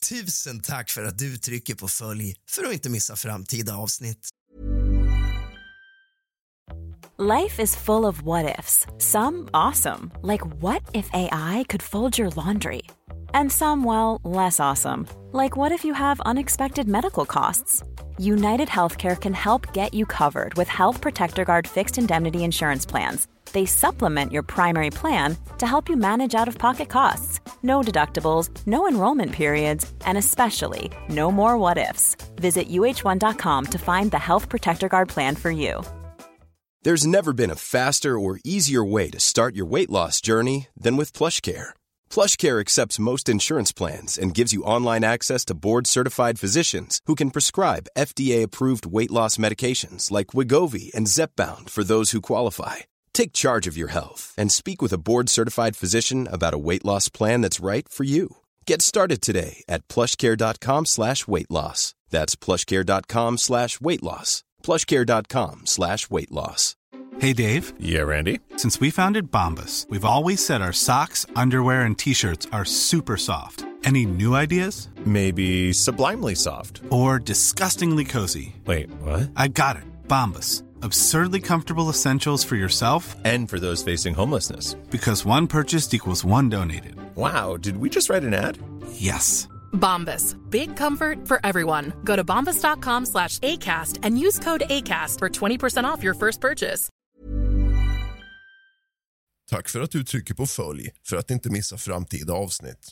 Tusen tack för att du trycker på följ för att inte missa framtida avsnitt. Life is full of what-ifs. Some awesome, like what if AI could fold your laundry? And some, well, less awesome, like what if you have unexpected medical costs? United Healthcare can help get you covered with Health Protector Guard fixed indemnity insurance plans. They supplement your primary plan to help you manage out-of-pocket costs. No deductibles, no enrollment periods, and especially no more what-ifs. Visit uh1.com to find the Health Protector Guard plan for you. There's never been a faster or easier way to start your weight loss journey than with PlushCare. PlushCare accepts most insurance plans and gives you online access to board-certified physicians who can prescribe FDA-approved weight loss medications like Wegovy and Zepbound for those who qualify. Take charge of your health and speak with a board-certified physician about a weight loss plan that's right for you. Get started today at plushcare.com/weight loss. That's plushcare.com/weight loss. plushcare.com/weight loss. Hey, Dave. Yeah, Randy. Since we founded Bombas, we've always said our socks, underwear, and T-shirts are super soft. Any new ideas? Maybe sublimely soft. Or disgustingly cozy. Wait, what? I got it. Bombas. Absurdly comfortable essentials for yourself and for those facing homelessness. Because one purchased equals one donated. Wow, did we just write an ad? Yes. Bombas. Big comfort for everyone. Go to bombas.com/ACAST and use code ACAST for 20% off your first purchase. Tack för att du trycker på följ för att inte missa framtida avsnitt.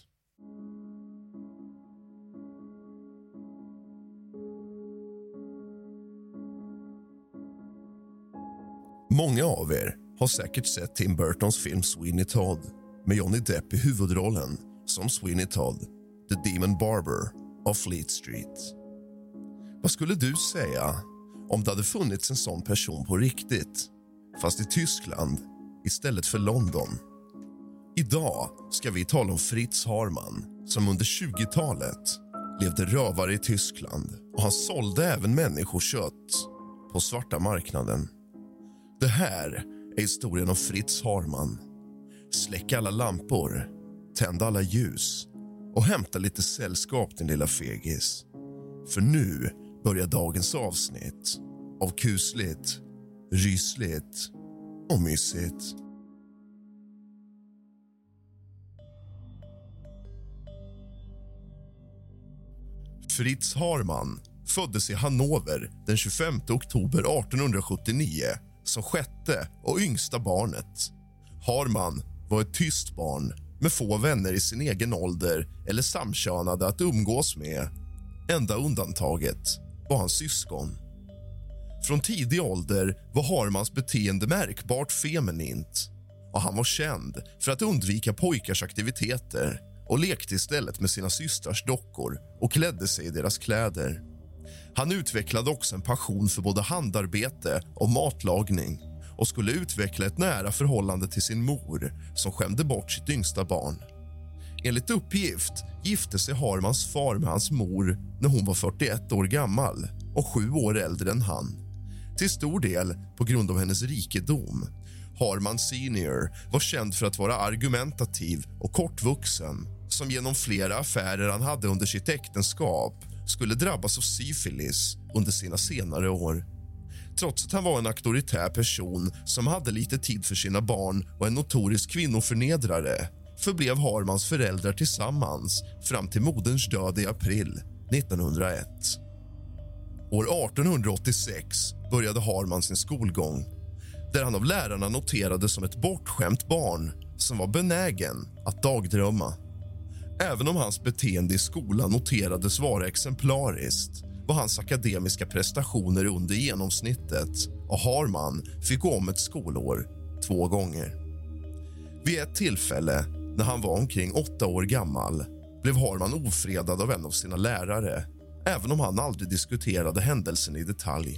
Många av er har säkert sett Tim Burtons film Sweeney Todd med Johnny Depp i huvudrollen som Sweeney Todd, The Demon Barber of Fleet Street. Vad skulle du säga om det hade funnits en sån person på riktigt, fast i Tyskland istället för London? Idag ska vi tala om Fritz Haarmann som under 20-talet levde rövare i Tyskland och han sålde även människokött på svarta marknaden. Det här är historien om Fritz Haarmann. Släck alla lampor, tänd alla ljus och hämta lite sällskap, din lilla fegis. För nu börjar dagens avsnitt av kusligt, rysligt och mysigt. Fritz Haarmann föddes i Hannover den 25 oktober 1879 som sjätte och yngsta barnet. Haarmann var ett tyst barn med få vänner i sin egen ålder eller samkönade att umgås med. Enda undantaget var hans syskon. Från tidig ålder var Haarmanns beteende märkbart feminint och han var känd för att undvika pojkars aktiviteter och lekte istället med sina systrars dockor och klädde sig i deras kläder. Han utvecklade också en passion för både handarbete och matlagning och skulle utveckla ett nära förhållande till sin mor som skämde bort sitt yngsta barn. Enligt uppgift gifte sig Haarmanns far med hans mor när hon var 41 år gammal och 7 år äldre än han. Till stor del på grund av hennes rikedom. Haarmann senior var känd för att vara argumentativ och kortvuxen som genom flera affärer han hade under sitt äktenskap skulle drabbas av syfilis under sina senare år. Trots att han var en auktoritär person som hade lite tid för sina barn och en notorisk kvinnoförnedrare förblev Haarmanns föräldrar tillsammans fram till moderns död i april 1901. År 1886 började Haarmann sin skolgång där han av lärarna noterades som ett bortskämt barn som var benägen att dagdrömma. Även om hans beteende i skolan noterades vara exemplariskt var hans akademiska prestationer under genomsnittet och Haarmann fick gå om ett skolår 2 gånger. Vid ett tillfälle, när han var omkring 8 år gammal, blev Haarmann ofredad av en av sina lärare, även om han aldrig diskuterade händelsen i detalj.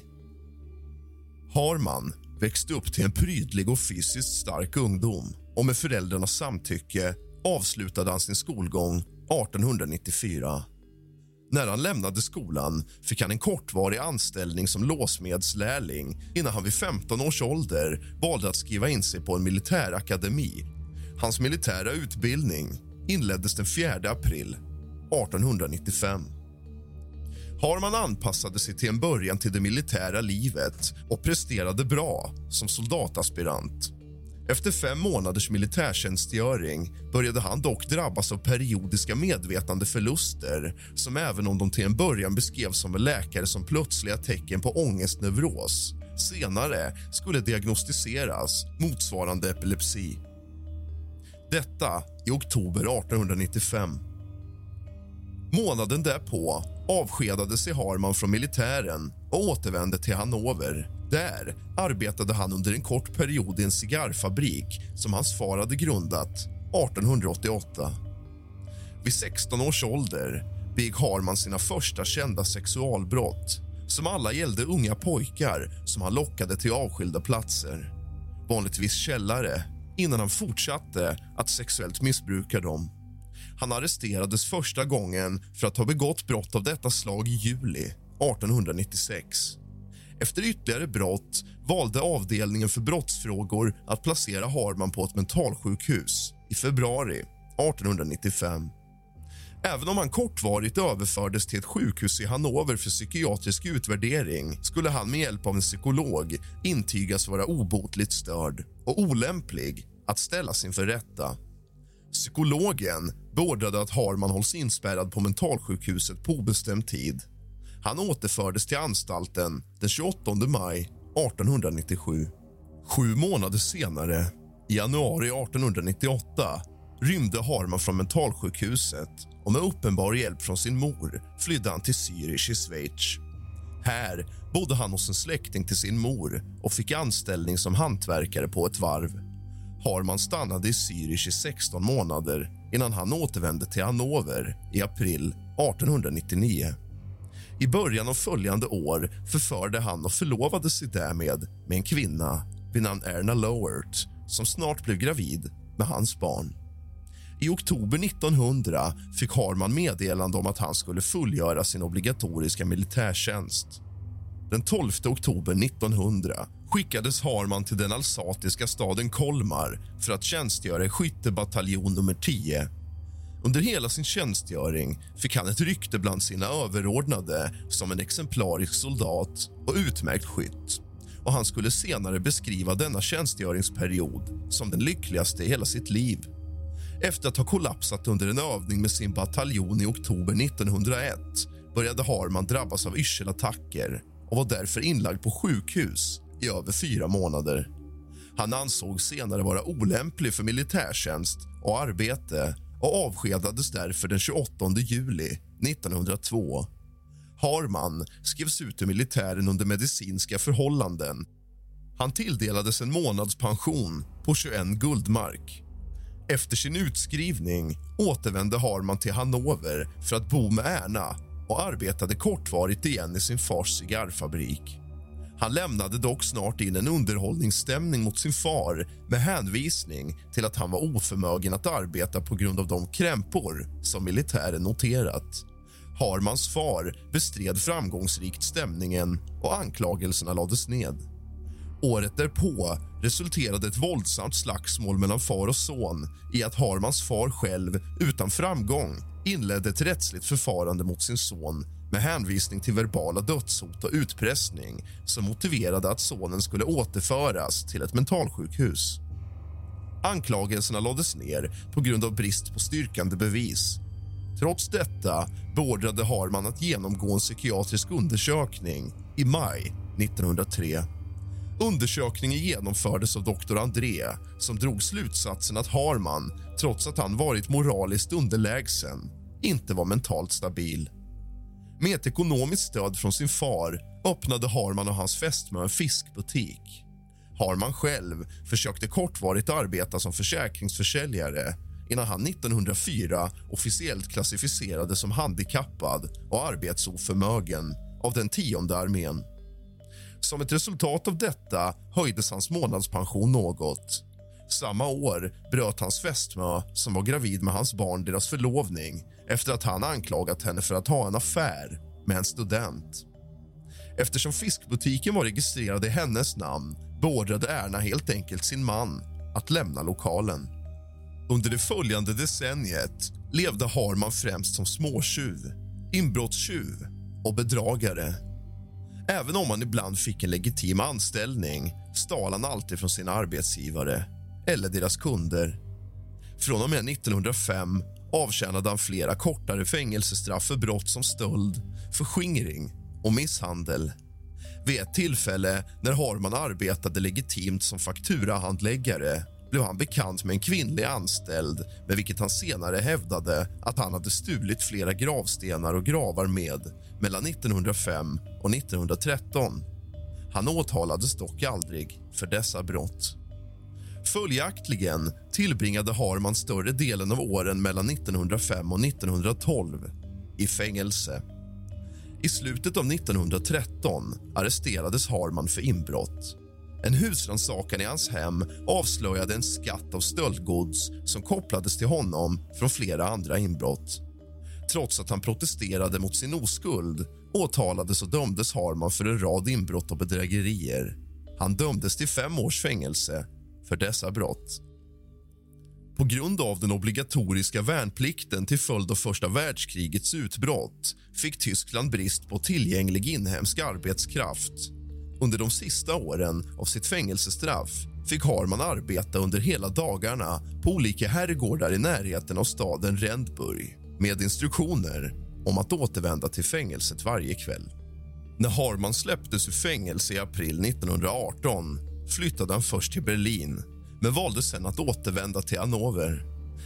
Haarmann växte upp till en prydlig och fysiskt stark ungdom och med föräldrarnas samtycke avslutade han sin skolgång 1894. När han lämnade skolan fick han en kortvarig anställning som låsmedslärling innan han vid 15 års ålder valde att skriva in sig på en militärakademi. Hans militära utbildning inleddes den 4 april 1895. Harman anpassade sig till en början till det militära livet och presterade bra som soldataspirant. Efter 5 månaders militärtjänstgöring började han dock drabbas av periodiska medvetandeförluster som även om de till en början beskrevs som en läkare som plötsliga tecken på ångestneuros senare skulle diagnostiseras motsvarande epilepsi. Detta i oktober 1895. Månaden därpå avskedade sig Harman från militären och återvände till Hannover. Där arbetade han under en kort period i en cigarrfabrik som hans far hade grundat 1888. Vid 16 års ålder begick Harman sina första kända sexualbrott som alla gällde unga pojkar som han lockade till avskilda platser, vanligtvis källare, innan han fortsatte att sexuellt missbruka dem. Han arresterades första gången för att ha begått brott av detta slag i juli 1896. Efter ytterligare brott valde avdelningen för brottsfrågor att placera Harman på ett mentalsjukhus i februari 1895. Även om han kortvarigt överfördes till ett sjukhus i Hannover för psykiatrisk utvärdering skulle han med hjälp av en psykolog intygas vara obotligt störd och olämplig att ställas inför rätta. Psykologen beordrade att Harman hålls inspärrad på mentalsjukhuset på obestämd tid. Han återfördes till anstalten den 28 maj 1897. 7 månader senare, i januari 1898, rymde Harman från mentalsjukhuset och med uppenbar hjälp från sin mor flydde han till Zürich i Schweiz. Här bodde han hos en släkting till sin mor och fick anställning som hantverkare på ett varv. Harman stannade i Zürich i 16 månader innan han återvände till Hannover i april 1899. I början av följande år förförde han och förlovade sig därmed med en kvinna vid namn Erna Lowert som snart blev gravid med hans barn. I oktober 1900 fick Harman meddelande om att han skulle fullgöra sin obligatoriska militärtjänst. Den 12 oktober 1900 skickades Harman till den alsatiska staden Colmar för att tjänstgöra i skyttebataljon nummer 10. Under hela sin tjänstgöring fick han ett rykte bland sina överordnade som en exemplarisk soldat och utmärkt skytt. Och han skulle senare beskriva denna tjänstgöringsperiod som den lyckligaste i hela sitt liv. Efter att ha kollapsat under en övning med sin bataljon i oktober 1901 började Harman drabbas av yrselattacker och var därför inlagd på sjukhus i över 4 månader. Han ansågs senare vara olämplig för militärtjänst och arbete och avskedades därför den 28 juli 1902. Harman skrevs ut ur militären under medicinska förhållanden. Han tilldelades en månadspension på 21 guldmark. Efter sin utskrivning återvände Harman till Hannover för att bo med Erna och arbetade kortvarigt igen i sin fars cigarrfabrik. Han lämnade dock snart in en underhållningsstämning mot sin far med hänvisning till att han var oförmögen att arbeta på grund av de krämpor som militären noterat. Harmans far bestred framgångsrikt stämningen och anklagelserna lades ned. Året därpå resulterade ett våldsamt slagsmål mellan far och son i att Harmans far själv utan framgång inledde ett rättsligt förfarande mot sin son med hänvisning till verbala dödshot och utpressning som motiverade att sonen skulle återföras till ett mentalsjukhus. Anklagelserna lades ner på grund av brist på styrkande bevis. Trots detta beordrade Harman att genomgå en psykiatrisk undersökning i maj 1903. Undersökningen genomfördes av doktor André som drog slutsatsen att Harman, trots att han varit moraliskt underlägsen, inte var mentalt stabil. Med ett ekonomiskt stöd från sin far öppnade Harman och hans fästmö en fiskbutik. Harman själv försökte kortvarigt arbeta som försäkringsförsäljare innan han 1904 officiellt klassificerades som handikappad och arbetsoförmögen av den 10:e armén. Som ett resultat av detta höjdes hans månadspension något. Samma år bröt hans fästmö, som var gravid med hans barn, deras förlovning efter att han anklagat henne för att ha en affär med en student. Eftersom fiskbutiken var registrerad i hennes namn beordrade Erna helt enkelt sin man att lämna lokalen. Under det följande decenniet levde Harman främst som småtjuv, inbrottstjuv och bedragare. Även om han ibland fick en legitim anställning stal han alltid från sina arbetsgivare eller deras kunder. Från och med 1905 avtjänade han flera kortare fängelsestraff för brott som stöld, förskingring och misshandel. Vid ett tillfälle när Harman arbetade legitimt som fakturahandläggare blev han bekant med en kvinnlig anställd med vilket han senare hävdade att han hade stulit flera gravstenar och gravar med mellan 1905 och 1913. Han åtalades dock aldrig för dessa brott. Följaktligen tillbringade Harman större delen av åren mellan 1905 och 1912 i fängelse. I slutet av 1913 arresterades Harman för inbrott. En husrannsakan i hans hem avslöjade en skatt av stöldgods som kopplades till honom från flera andra inbrott. Trots att han protesterade mot sin oskuld åtalades och dömdes Harman för en rad inbrott och bedrägerier. Han dömdes till 5 års fängelse för dessa brott. På grund av den obligatoriska värnplikten till följd av första världskrigets utbrott fick Tyskland brist på tillgänglig inhemsk arbetskraft. Under de sista åren av sitt fängelsestraff fick Harman arbeta under hela dagarna på olika herrgårdar i närheten av staden Rendburg med instruktioner om att återvända till fängelset varje kväll. När Harman släpptes ur fängelse i april 1918 flyttade han först till Berlin men valde sen att återvända till Hannover.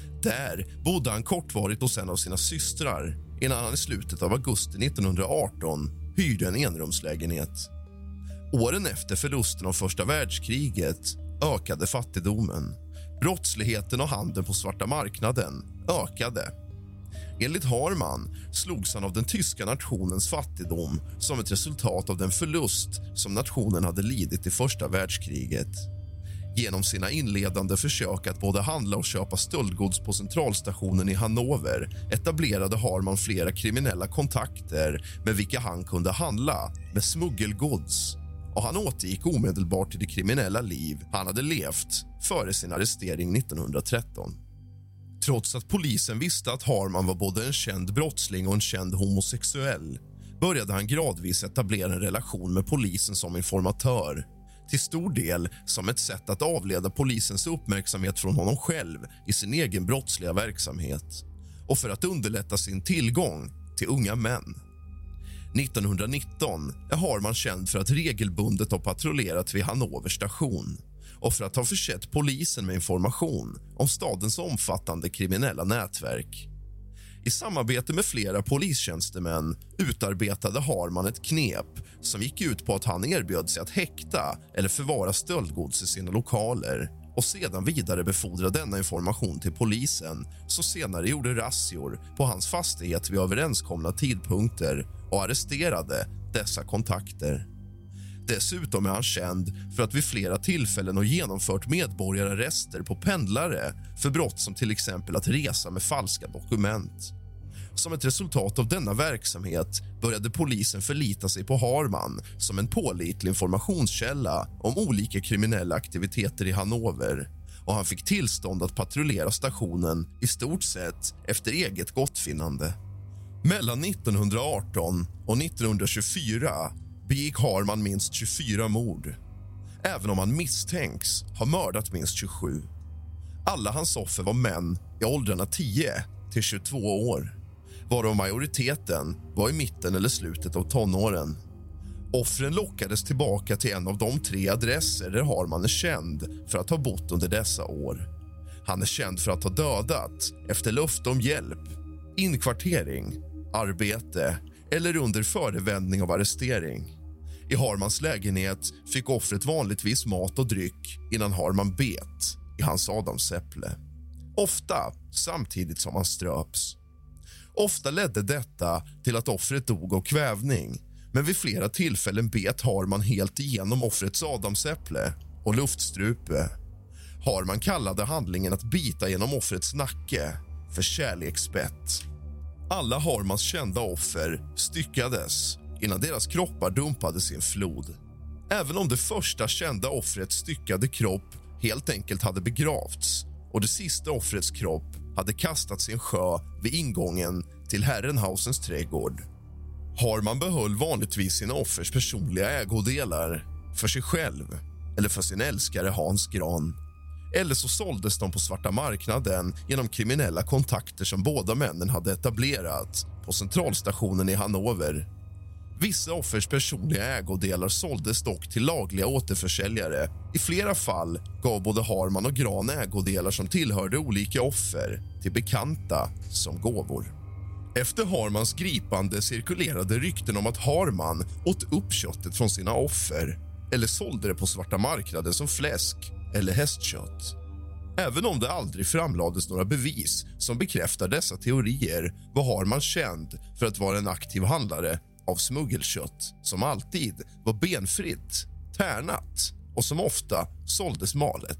Där bodde han kortvarigt hos en av sina systrar innan han i slutet av augusti 1918 hyrde en enrumslägenhet. Åren efter förlusten av första världskriget ökade fattigdomen. Brottsligheten och handeln på svarta marknaden ökade. Enligt Harman slogs han av den tyska nationens fattigdom som ett resultat av den förlust som nationen hade lidit i första världskriget. Genom sina inledande försök att både handla och köpa stöldgods på centralstationen i Hannover etablerade Harman flera kriminella kontakter med vilka han kunde handla med smuggelgods. Och han återgick omedelbart till det kriminella liv han hade levt före sin arrestering 1913. Trots att polisen visste att Harman var både en känd brottsling och en känd homosexuell började han gradvis etablera en relation med polisen som informatör, till stor del som ett sätt att avleda polisens uppmärksamhet från honom själv i sin egen brottsliga verksamhet och för att underlätta sin tillgång till unga män. 1919 är Harman känd för att regelbundet ha patrullerat vid Hannover station och för att ha försett polisen med information om stadens omfattande kriminella nätverk. I samarbete med flera polistjänstemän utarbetade Harman ett knep som gick ut på att han erbjöd sig att häkta eller förvara stöldgods i sina lokaler och sedan vidarebefordra denna information till polisen som senare gjorde razzior på hans fastighet vid överenskomna tidpunkter och arresterade dessa kontakter. Dessutom är han känd för att vid flera tillfällen ha genomfört medborgararrester på pendlare för brott som till exempel att resa med falska dokument. Som ett resultat av denna verksamhet började polisen förlita sig på Harman som en pålitlig informationskälla om olika kriminella aktiviteter i Hannover och han fick tillstånd att patrullera stationen i stort sett efter eget gottfinnande. Mellan 1918 och 1924 begick Harman minst 24 mord, även om han misstänks ha mördat minst 27. Alla hans offer var män i åldrarna 10 till 22 år, varav majoriteten var i mitten eller slutet av tonåren. Offren lockades tillbaka till en av de 3 adresser där Harman är känd för att ha bott under dessa år. Han är känd för att ha dödat efter löfte om hjälp, inkvartering, arbete eller under förevändning av arrestering. I Harmans lägenhet fick offret vanligtvis mat och dryck innan Harman bet i hans adamsäpple. Ofta samtidigt som han ströps. Ofta ledde detta till att offret dog av kvävning, men vid flera tillfällen bet Harman helt igenom offrets adamsäpple och luftstrupe. Harman kallade handlingen att bita genom offrets nacke för kärleksbett. Alla Harmans kända offer styckades innan deras kroppar dumpades i en flod. Även om det första kända offrets styckade kropp helt enkelt hade begravts och det sista offrets kropp hade kastats i en sjö vid ingången till Herrenhausens trädgård. Harman behöll vanligtvis sina offers personliga ägodelar för sig själv eller för sin älskare Hans Gran. Eller så såldes de på svarta marknaden genom kriminella kontakter som båda männen hade etablerat på centralstationen i Hannover. Vissa offers personliga ägodelar såldes dock till lagliga återförsäljare. I flera fall gav både Harman och Gran ägodelar som tillhörde olika offer till bekanta som gåvor. Efter Harmans gripande cirkulerade rykten om att Harman åt upp köttet från sina offer eller sålde det på svarta marknaden som fläsk eller hästkött. Även om det aldrig framlades några bevis som bekräftar dessa teorier var Harman känd för att vara en aktiv handlare av smuggelkött som alltid var benfritt, tärnat och som ofta såldes malet.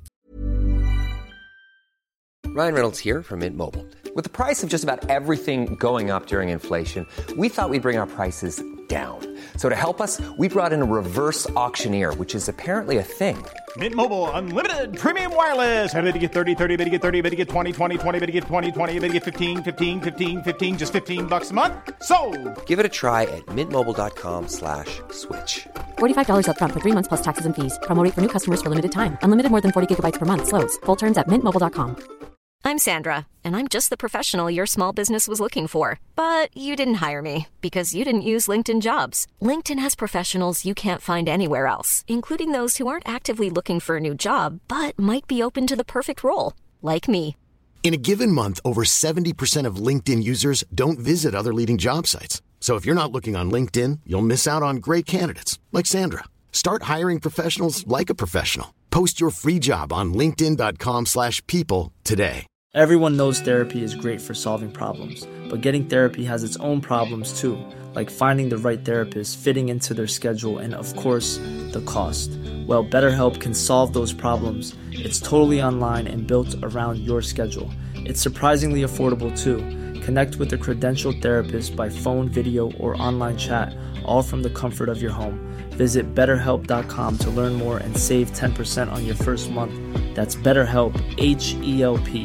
Ryan Reynolds here from Mint Mobile. With the price of just about everything going up during inflation, we thought we'd bring our prices down. So to help us, we brought in a reverse auctioneer, which is apparently a thing. Mint Mobile Unlimited Premium Wireless. How to get 30, 30, bit to get 30, bit to get 20, 20, 20, bit to get 20, 20, bit to get 15, 15, 15, 15, just $15 a month? Sold! Give it a try at mintmobile.com/switch. $45 up front for 3 months plus taxes and fees. Promo rate for new customers for limited time. Unlimited more than 40 gigabytes per month. Slows full terms at mintmobile.com. I'm Sandra, and I'm just the professional your small business was looking for. But you didn't hire me because you didn't use LinkedIn Jobs. LinkedIn has professionals you can't find anywhere else, including those who aren't actively looking for a new job but might be open to the perfect role, like me. In a given month, over 70% of LinkedIn users don't visit other leading job sites. So if you're not looking on LinkedIn, you'll miss out on great candidates like Sandra. Start hiring professionals like a professional. Post your free job on linkedin.com/people today. Everyone knows therapy is great for solving problems, but getting therapy has its own problems too, like finding the right therapist, fitting into their schedule, and of course, the cost. Well, BetterHelp can solve those problems. It's totally online and built around your schedule. It's surprisingly affordable too. Connect with a credentialed therapist by phone, video, or online chat, all from the comfort of your home. Visit BetterHelp.com to learn more and save 10% on your first month. That's BetterHelp, H-E-L-P.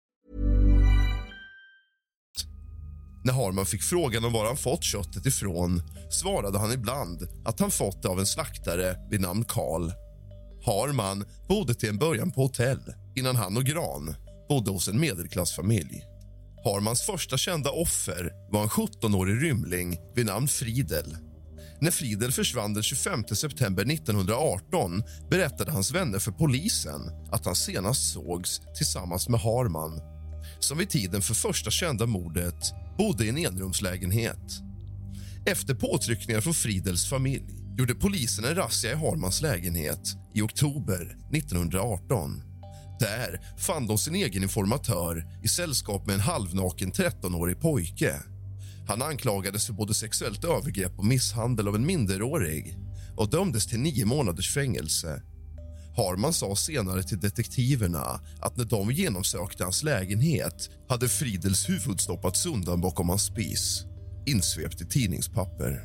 När Harman fick frågan om var han fått köttet ifrån svarade han ibland att han fått det av en slaktare vid namn Karl. Harman bodde till en början på hotell innan han och Gran bodde hos en medelklassfamilj. Harmans första kända offer var en 17-årig rymling vid namn Friedel. När Friedel försvann den 25 september 1918 berättade hans vänner för polisen att han senast sågs tillsammans med Harman, som vid tiden för första kända mordet bodde i en enrumslägenhet. Efter påtryckningar från Friedels familj gjorde polisen en razzia i Harmans lägenhet i oktober 1918. Där fann de sin egen informatör i sällskap med en halvnaken 13-årig pojke. Han anklagades för både sexuellt övergrepp och misshandel av en minderårig och dömdes till 9 månaders fängelse. Harman sa senare till detektiverna att när de genomsökte hans lägenhet hade Friedels huvud stoppats undan bakom hans spis, insvept i tidningspapper.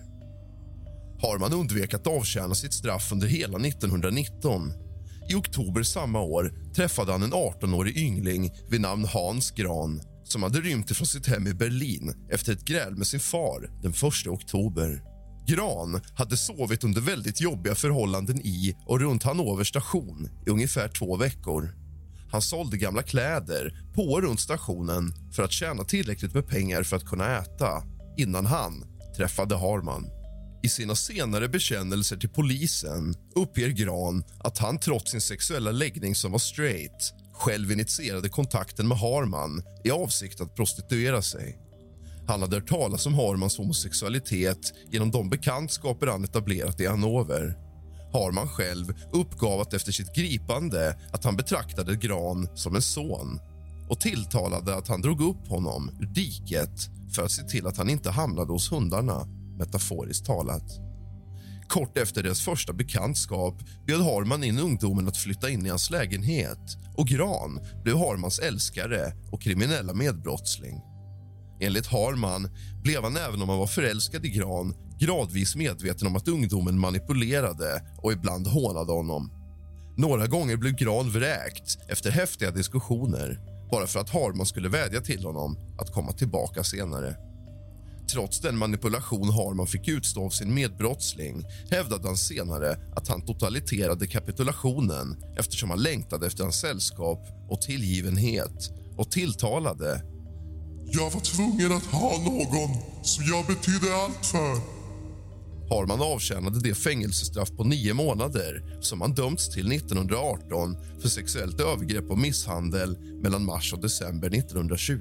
Harman undvek att avtjäna sitt straff under hela 1919. I oktober samma år träffade han en 18-årig yngling vid namn Hans Gran som hade rymt från sitt hem i Berlin efter ett gräl med sin far den 1 oktober. Gran hade sovit under väldigt jobbiga förhållanden i och runt Hannover station i ungefär 2 veckor. Han sålde gamla kläder på och runt stationen för att tjäna tillräckligt med pengar för att kunna äta innan han träffade Harman. I sina senare bekännelser till polisen uppger Gran att han trots sin sexuella läggning som var straight själv initierade kontakten med Harman i avsikt att prostituera sig. Han hade hört talas om Harmans homosexualitet genom de bekantskaper han etablerat i Hannover. Harman själv uppgav att efter sitt gripande att han betraktade Gran som en son och tilltalade att han drog upp honom ur diket för att se till att han inte hamnade hos hundarna, metaforiskt talat. Kort efter deras första bekantskap bjöd Harman in ungdomen att flytta in i hans lägenhet och Gran blev Harmans älskare och kriminella medbrottsling. Enligt Harman blev han, även om han var förälskad i Gran, gradvis medveten om att ungdomen manipulerade och ibland hånade honom. Några gånger blev Gran vräkt efter häftiga diskussioner bara för att Harman skulle vädja till honom att komma tillbaka senare. Trots den manipulation Harman fick utstå av sin medbrottsling hävdade han senare att han totaliterade kapitulationen eftersom han längtade efter hans sällskap och tillgivenhet och tilltalade: Jag var tvungen att ha någon som jag betydde allt för. Harman avtjänade det fängelsestraff på 9 månader som han dömts till 1918 för sexuellt övergrepp och misshandel mellan mars och december 1920.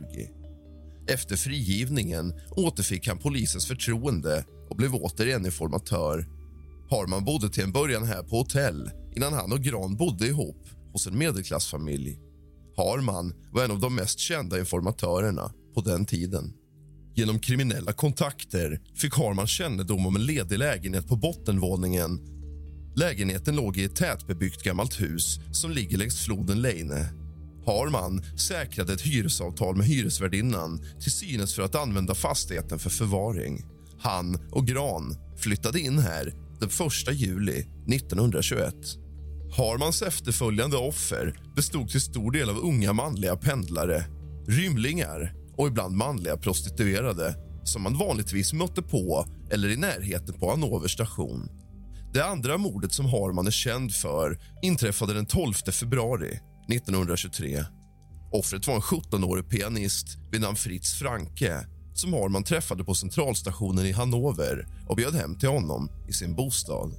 Efter frigivningen återfick han polisens förtroende och blev återigen informatör. Harman bodde till en början här på hotell innan han och Gran bodde ihop hos en medelklassfamilj. Harman var en av de mest kända informatörerna på den tiden. Genom kriminella kontakter fick Harman kännedom om en ledig lägenhet på bottenvåningen. Lägenheten låg i ett tätbebyggt gammalt hus som ligger längs floden Leine. Harman säkrade ett hyresavtal med hyresvärdinnan till synes för att använda fastigheten för förvaring. Han och Gran flyttade in här den 1 juli 1921. Harmans efterföljande offer bestod till stor del av unga manliga pendlare, rymlingar och ibland manliga prostituerade som man vanligtvis mötte på eller i närheten på Hannover station. Det andra mordet som Harman är känd för inträffade den 12 februari 1923. Offret var en 17-årig pianist vid namn Fritz Franke som Harman träffade på centralstationen i Hannover och bjöd hem till honom i sin bostad.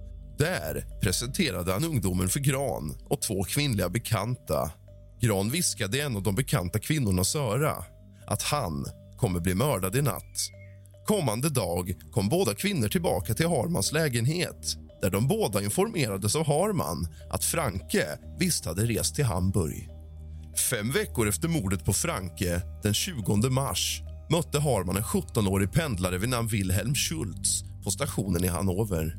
Där presenterade han ungdomen för Gran och 2 kvinnliga bekanta. Gran viskade en av de bekanta kvinnornas öra att han kommer bli mördad i natt. Kommande dag kom båda kvinnor tillbaka till Harmans lägenhet där de båda informerades av Harman att Franke visst hade rest till Hamburg. 5 veckor efter mordet på Franke, den 20 mars, mötte Harman en 17-årig pendlare vid namn Wilhelm Schultz på stationen i Hannover.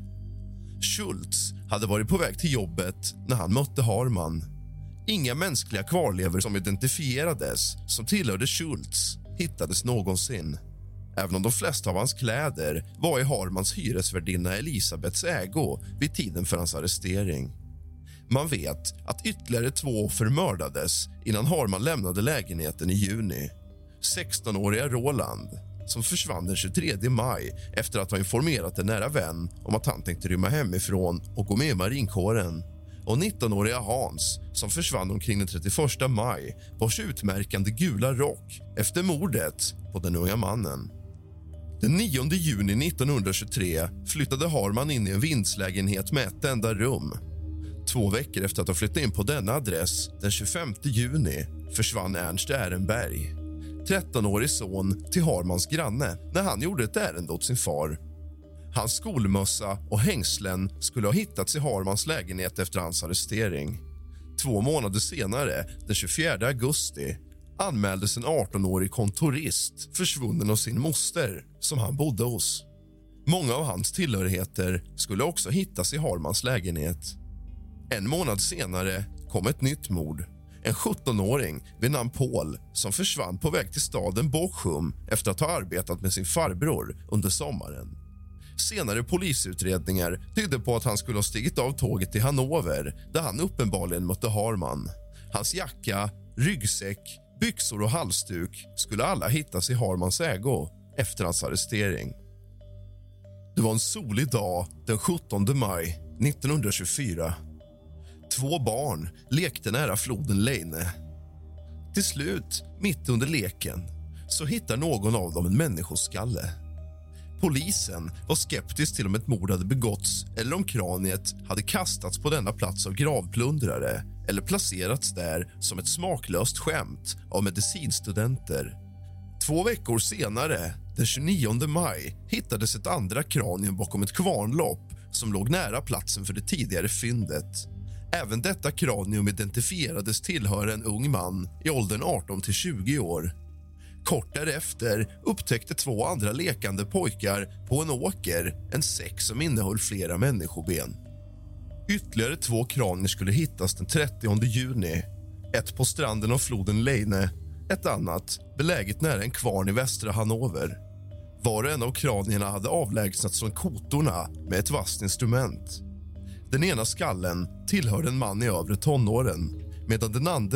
Schultz hade varit på väg till jobbet när han mötte Harman. Inga mänskliga kvarlevor som identifierades som tillhörde Schultz hittades någonsin. Även om de flesta av hans kläder var i Harmans hyresvärdinna Elisabeths ägo vid tiden för hans arrestering. Man vet att ytterligare 2 offer mördades innan Harman lämnade lägenheten i juni. 16-åriga Roland, som försvann den 23 maj efter att ha informerat en nära vän om att han tänkte rymma hemifrån och gå med i marinkåren. Och 19-åriga Hans, som försvann omkring den 31 maj, vars utmärkande gula rock efter mordet på den unga mannen. Den 9 juni 1923 flyttade Harman in i en vindslägenhet med ett enda rum. 2 veckor efter att ha flyttat in på denna adress, den 25 juni, försvann Ernst Ehrenberg, 13-årig son till Harmans granne, när han gjorde ett ärende åt sin far. Hans skolmössa och hängslen skulle ha hittats i Harmans lägenhet efter hans arrestering. 2 månader senare, den 24 augusti, anmäldes en 18-årig kontorist försvunnen av sin moster som han bodde hos. Många av hans tillhörigheter skulle också hittas i Harmans lägenhet. 1 månad senare kom ett nytt mord. En 17-åring vid namn Paul som försvann på väg till staden Bochum efter att ha arbetat med sin farbror under sommaren. Senare polisutredningar tydde på att han skulle ha stigit av tåget till Hannover där han uppenbarligen mötte Harman. Hans jacka, ryggsäck, byxor och halsduk skulle alla hittas i Harmans ägo efter hans arrestering. Det var en solig dag den 17 maj 1924. 2 barn lekte nära floden Leine. Till slut, mitt under leken, så hittar någon av dem en människoskalle. Polisen var skeptisk till om ett mord hade begåtts eller om kraniet hade kastats på denna plats av gravplundrare eller placerats där som ett smaklöst skämt av medicinstudenter. 2 veckor senare, den 29 maj, hittades ett andra kranium bakom ett kvarnlopp som låg nära platsen för det tidigare fyndet. Även detta kranium identifierades tillhöra en ung man i åldern 18 till 20 år. Kort därefter upptäckte 2 andra lekande pojkar på en åker en säck som innehöll flera människoben. Ytterligare 2 kranier skulle hittas den 30 juni. Ett på stranden av floden Leine, ett annat beläget nära en kvarn i västra Hannover. Var och en av kranierna hade avlägsnats från kotorna med ett vasst instrument. Den ena skallen tillhörde en man i övre tonåren medan den andra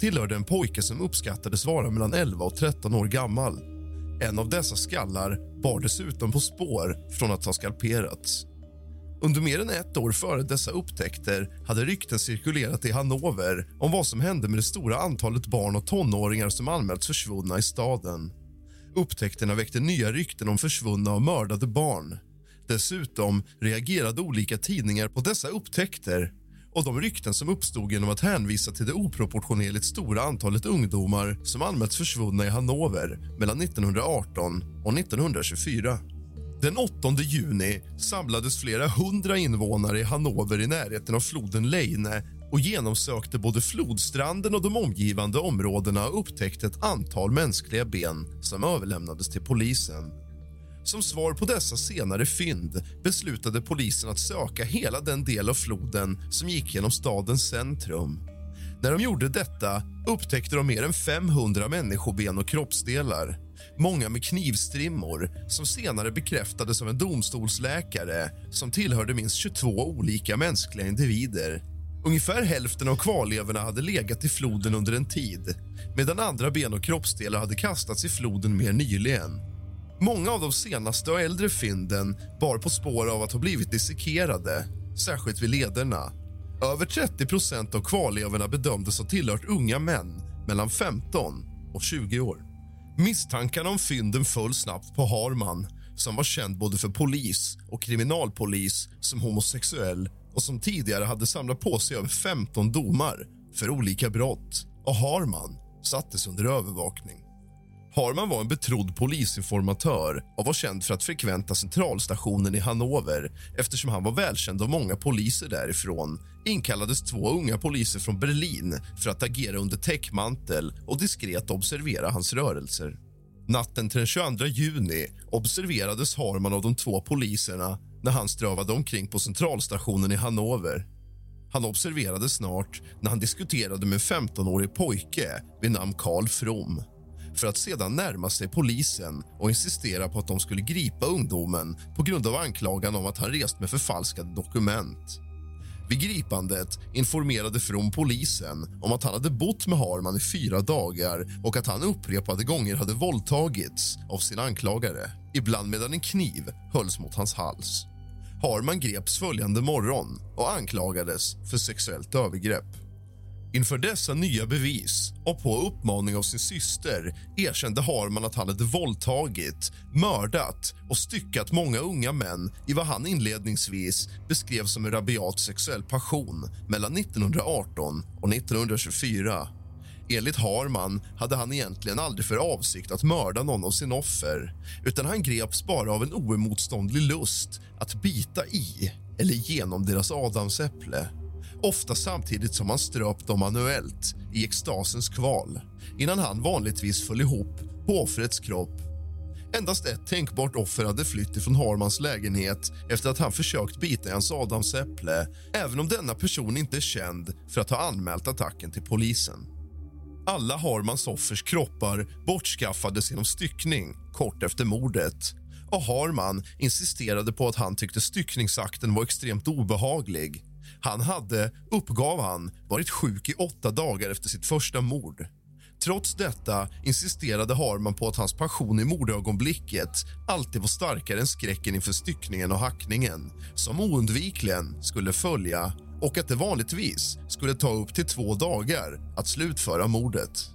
tillhörde en pojke som uppskattades vara mellan 11 och 13 år gammal. En av dessa skallar bar dessutom på spår från att ha skalperats. Under mer än ett år före dessa upptäckter hade rykten cirkulerat i Hannover om vad som hände med det stora antalet barn och tonåringar som anmälts försvunna i staden. Upptäckterna väckte nya rykten om försvunna och mördade barn. Dessutom reagerade olika tidningar på dessa upptäckter och de rykten som uppstod genom att hänvisa till det oproportionerligt stora antalet ungdomar som anmälts försvunna i Hannover mellan 1918 och 1924. Den 8 juni samlades flera hundra invånare i Hannover i närheten av floden Leine och genomsökte både flodstranden och de omgivande områdena och upptäckte ett antal mänskliga ben som överlämnades till polisen. Som svar på dessa senare fynd beslutade polisen att söka hela den del av floden som gick genom stadens centrum. När de gjorde detta upptäckte de mer än 500 människoben och kroppsdelar. Många med knivstrimmor som senare bekräftades av en domstolsläkare som tillhörde minst 22 olika mänskliga individer. Ungefär hälften av kvarlevorna hade legat i floden under en tid medan andra ben och kroppsdelar hade kastats i floden mer nyligen. Många av de senaste och äldre fynden bar på spår av att ha blivit dissekerade, särskilt vid lederna. Över 30% av kvarlevorna bedömdes ha tillhört unga män mellan 15 och 20 år. Misstankarna om fynden föll snabbt på Harman, som var känd både för polis och kriminalpolis som homosexuell och som tidigare hade samlat på sig över 15 domar för olika brott, och Harman sattes under övervakning. Harman var en betrodd polisinformatör och var känd för att frekventa centralstationen i Hannover eftersom han var välkänd av många poliser därifrån. Inkallades 2 unga poliser från Berlin för att agera under täckmantel och diskret observera hans rörelser. Natten till den 22 juni observerades Harman av de 2 poliserna när han strövade omkring på centralstationen i Hannover. Han observerades snart när han diskuterade med en 15-årig pojke vid namn Karl From, för att sedan närma sig polisen och insistera på att de skulle gripa ungdomen på grund av anklagan om att han rest med förfalskade dokument. Vid gripandet informerade From polisen om att han hade bott med Harman i 4 dagar och att han upprepade gånger hade våldtagits av sin anklagare, ibland medan en kniv hölls mot hans hals. Harman greps följande morgon och anklagades för sexuellt övergrepp. Inför dessa nya bevis och på uppmaning av sin syster erkände Harman att han hade våldtagit, mördat och styckat många unga män i vad han inledningsvis beskrev som en rabiat sexuell passion mellan 1918 och 1924. Enligt Harman hade han egentligen aldrig för avsikt att mörda någon av sina offer, utan han greps bara av en oemotståndlig lust att bita i eller genom deras adamsäpple. Ofta samtidigt som han ströp dem manuellt i extasens kval innan han vanligtvis föll ihop på offrets kropp. Endast ett tänkbart offer hade flytt ifrån Harmans lägenhet efter att han försökt bita i hans adamsäpple, även om denna person inte är känd för att ha anmält attacken till polisen. Alla Harmans offers kroppar bortskaffades genom styckning kort efter mordet, och Harman insisterade på att han tyckte styckningsakten var extremt obehaglig. Han hade, uppgav han, varit sjuk i 8 dagar efter sitt första mord. Trots detta insisterade Harman på att hans passion i mordögonblicket alltid var starkare än skräcken inför styckningen och hackningen, som oundvikligen skulle följa, och att det vanligtvis skulle ta upp till 2 dagar att slutföra mordet.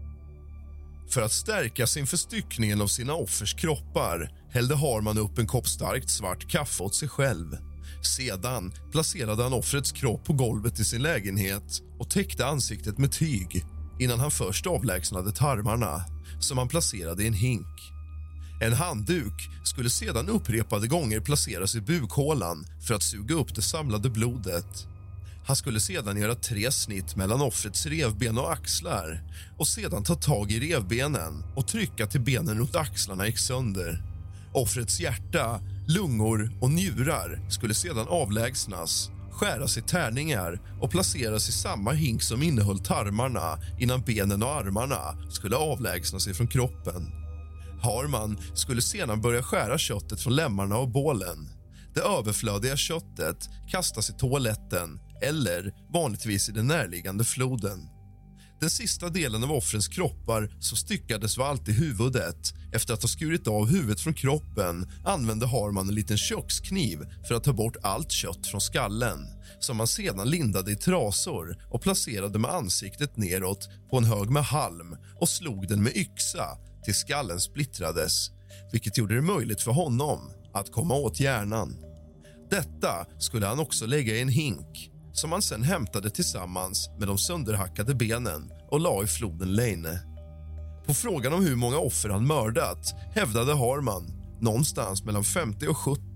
För att stärka sig inför styckningen av sina offers kroppar hällde Harman upp en kopp starkt svart kaffe åt sig själv. Sedan placerade han offrets kropp på golvet i sin lägenhet och täckte ansiktet med tyg innan han först avlägsnade tarmarna, som han placerade i en hink. En handduk skulle sedan upprepade gånger placeras i bukhålan för att suga upp det samlade blodet. Han skulle sedan göra 3 snitt mellan offrets revben och axlar och sedan ta tag i revbenen och trycka till benen runt axlarna gick sönder. Offrets hjärta, lungor och njurar skulle sedan avlägsnas, skäras i tärningar och placeras i samma hink som innehöll tarmarna innan benen och armarna skulle avlägsnas ifrån kroppen. Harman skulle sedan börja skära köttet från lemmarna och bålen. Det överflödiga köttet kastas i toaletten eller vanligtvis i den närliggande floden. Den sista delen av offrens kroppar som styckades var alltid huvudet. Efter att ha skurit av huvudet från kroppen använde Harman en liten kökskniv för att ta bort allt kött från skallen, som man sedan lindade i trasor och placerade med ansiktet neråt på en hög med halm och slog den med yxa till skallen splittrades, vilket gjorde det möjligt för honom att komma åt hjärnan. Detta skulle han också lägga i en hink som han sen hämtade tillsammans med de sönderhackade benen och la i floden Leine. På frågan om hur många offer han mördat hävdade Harman någonstans mellan 50 och 70.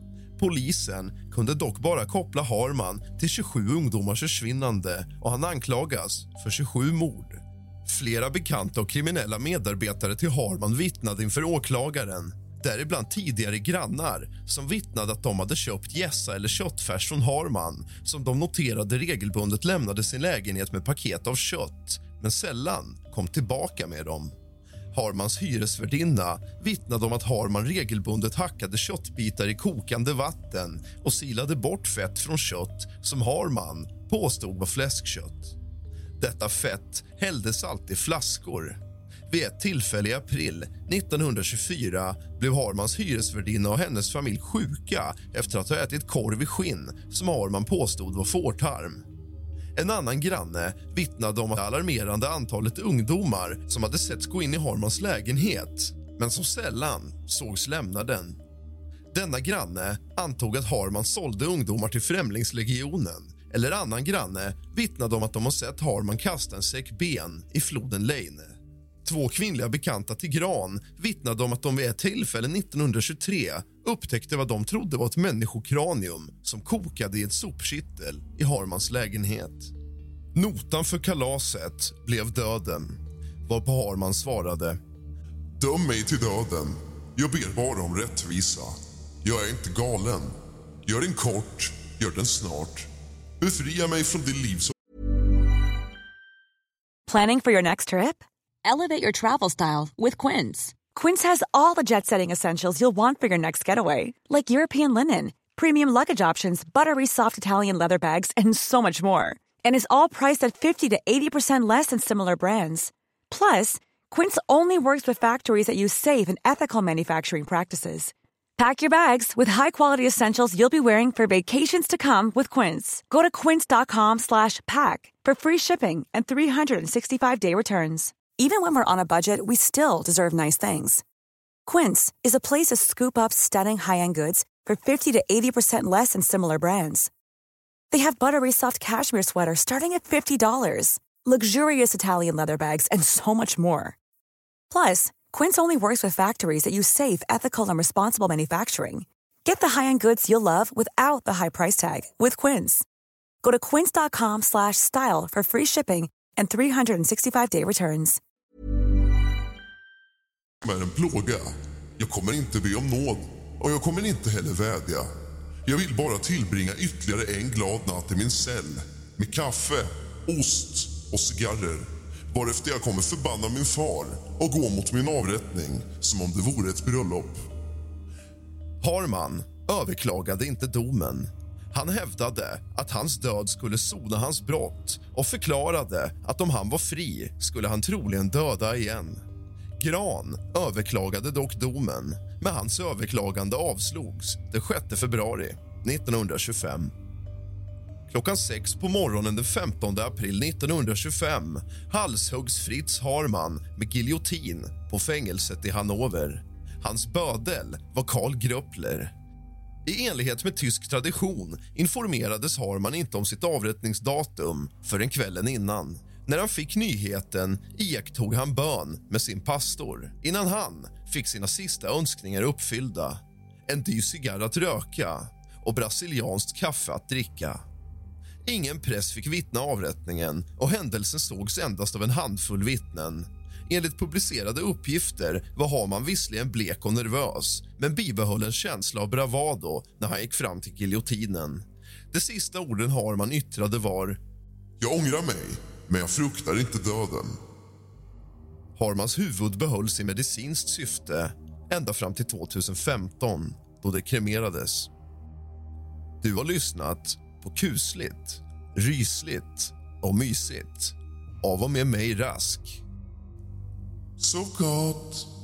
Polisen kunde dock bara koppla Harman till 27 ungdomars försvinnande och han anklagas för 27 mord. Flera bekanta och kriminella medarbetare till Harman vittnade inför åklagaren, däribland tidigare grannar som vittnade att de hade köpt gässa eller köttfärs från Harman som de noterade regelbundet lämnade sin lägenhet med paket av kött men sällan kom tillbaka med dem. Harmans hyresvärdinna vittnade om att Harman regelbundet hackade köttbitar i kokande vatten och silade bort fett från kött som Harman påstod var fläskkött. Detta fett hälldes alltid i flaskor. Vid ett tillfälle i april 1924 blev Harmans hyresvärdinna och hennes familj sjuka efter att ha ätit korv i skinn som Harman påstod var fårtarm. En annan granne vittnade om att det alarmerande antalet ungdomar som hade setts gå in i Harmans lägenhet men som sällan sågs lämna den. Denna granne antog att Harman sålde ungdomar till Främlingslegionen, eller annan granne vittnade om att de har sett Harman kasta en säck ben i floden Leine. 2 kvinnliga bekanta till Gran vittnade om att de vid ett tillfälle 1923 upptäckte vad de trodde var ett människokranium som kokade i ett sopkittel i Harmans lägenhet. Notan för kalaset blev döden, varpå Harman svarade: Döm mig till döden. Jag ber bara om rättvisa. Jag är inte galen. Gör den kort, gör den snart. Befria mig från det liv som... Planning for your next trip? Elevate your travel style with Quince. Quince has all the jet-setting essentials you'll want for your next getaway, like European linen, premium luggage options, buttery soft Italian leather bags, and so much more. And is all priced at 50 to 80% less than similar brands. Plus, Quince only works with factories that use safe and ethical manufacturing practices. Pack your bags with high-quality essentials you'll be wearing for vacations to come with Quince. Go to quince.com/pack for free shipping and 365-day returns. Even when we're on a budget, we still deserve nice things. Quince is a place to scoop up stunning high-end goods for 50 to 80% less than similar brands. They have buttery soft cashmere sweaters starting at $50, luxurious Italian leather bags, and so much more. Plus, Quince only works with factories that use safe, ethical, and responsible manufacturing. Get the high-end goods you'll love without the high price tag with Quince. Go to quince.com/style for free shipping and 365-day returns. Med en plåga. Jag kommer inte be om nåd och jag kommer inte heller vädja. Jag vill bara tillbringa ytterligare en glad natt i min cell med kaffe, ost och cigarrer. Varefter jag kommer förbanna min far och gå mot min avrättning som om det vore ett bröllop. Harman överklagade inte domen. Han hävdade att hans död skulle sona hans brott och förklarade att om han var fri skulle han troligen döda igen. Gran överklagade dock domen, men hans överklagande avslogs den 6 februari 1925. Klockan 6 på morgonen den 15 april 1925 halshuggs Fritz Harman med giljotin på fängelset i Hannover. Hans bödel var Karl Gröppler. I enlighet med tysk tradition informerades Harman inte om sitt avrättningsdatum förrän kvällen innan. När han fick nyheten iakttog han bön med sin pastor innan han fick sina sista önskningar uppfyllda. En dyr cigarr att röka och brasilianskt kaffe att dricka. Ingen press fick vittna avrättningen och händelsen sågs endast av en handfull vittnen. Enligt publicerade uppgifter var Harman visserligen blek och nervös men bibehöll en känsla av bravado när han gick fram till giljotinen. De sista orden Harman yttrade var: Jag ångrar mig, men jag fruktar inte döden. Harmans huvud behölls i medicinskt syfte ända fram till 2015 då det kremerades. Du har lyssnat på kusligt, rysligt och mysigt. av och med mig Rask. Sov gott.